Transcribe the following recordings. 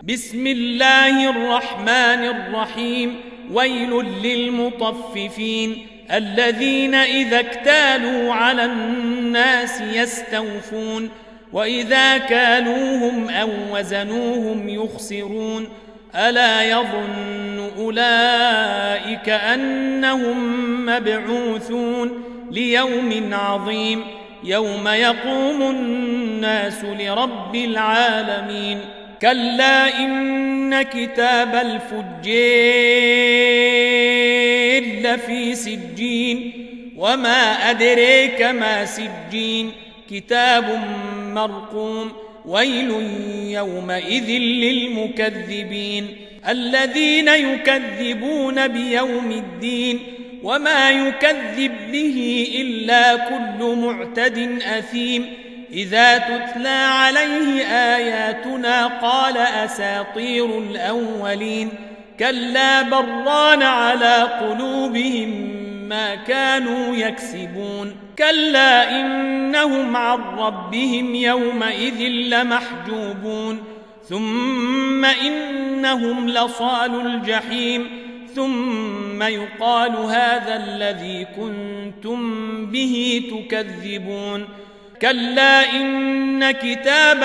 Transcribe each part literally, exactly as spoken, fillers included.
بسم الله الرحمن الرحيم ويل للمطففين الذين إذا اكتالوا على الناس يستوفون وإذا كالوهم أو وزنوهم يخسرون ألا يظن أولئك أنهم مبعوثون ليوم عظيم يوم يقوم الناس لرب العالمين كلا إن كتاب الفجار لفي سجين وما أدريك ما سجين كتاب مرقوم ويل يومئذ للمكذبين الذين يكذبون بيوم الدين وما يكذب به إلا كل معتد أثيم إذا تتلى عليه آياتنا قال أساطير الأولين كلا بران على قلوبهم ما كانوا يكسبون كلا إنهم عن ربهم يومئذ لمحجوبون ثم إنهم لصالو الجحيم ثم يقال هذا الذي كنتم به تكذبون كلا إن كتاب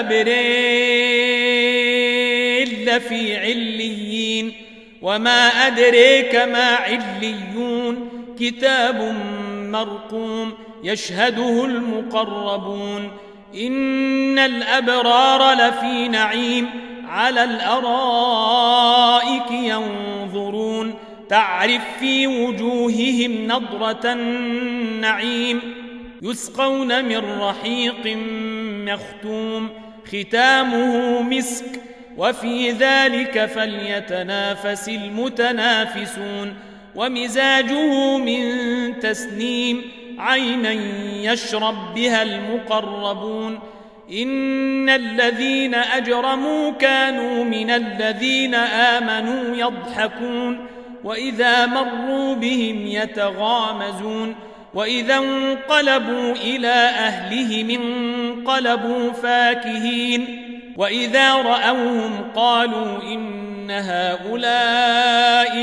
الأبرار لفي عليين وما أدريك ما عليون كتاب مرقوم يشهده المقربون إن الأبرار لفي نعيم على الأرائك ينظرون تعرف في وجوههم نضرة النعيم يسقون من رحيق مختوم ختامه مسك وفي ذلك فليتنافس المتنافسون ومزاجه من تسنيم عينا يشرب بها المقربون إن الذين أجرموا كانوا من الذين آمنوا يضحكون وإذا مروا بهم يتغامزون وإذا انقلبوا إلى أهلهم انقلبوا فاكهين وإذا رأوهم قالوا إن هؤلاء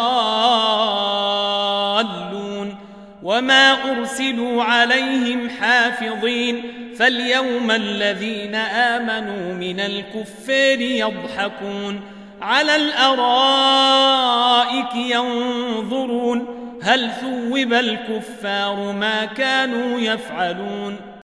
لضالون وما أرسلوا عليهم حافظين فاليوم الذين آمنوا من الكفار يضحكون على الأرائك ينظرون هل ثوب الكفار ما كانوا يفعلون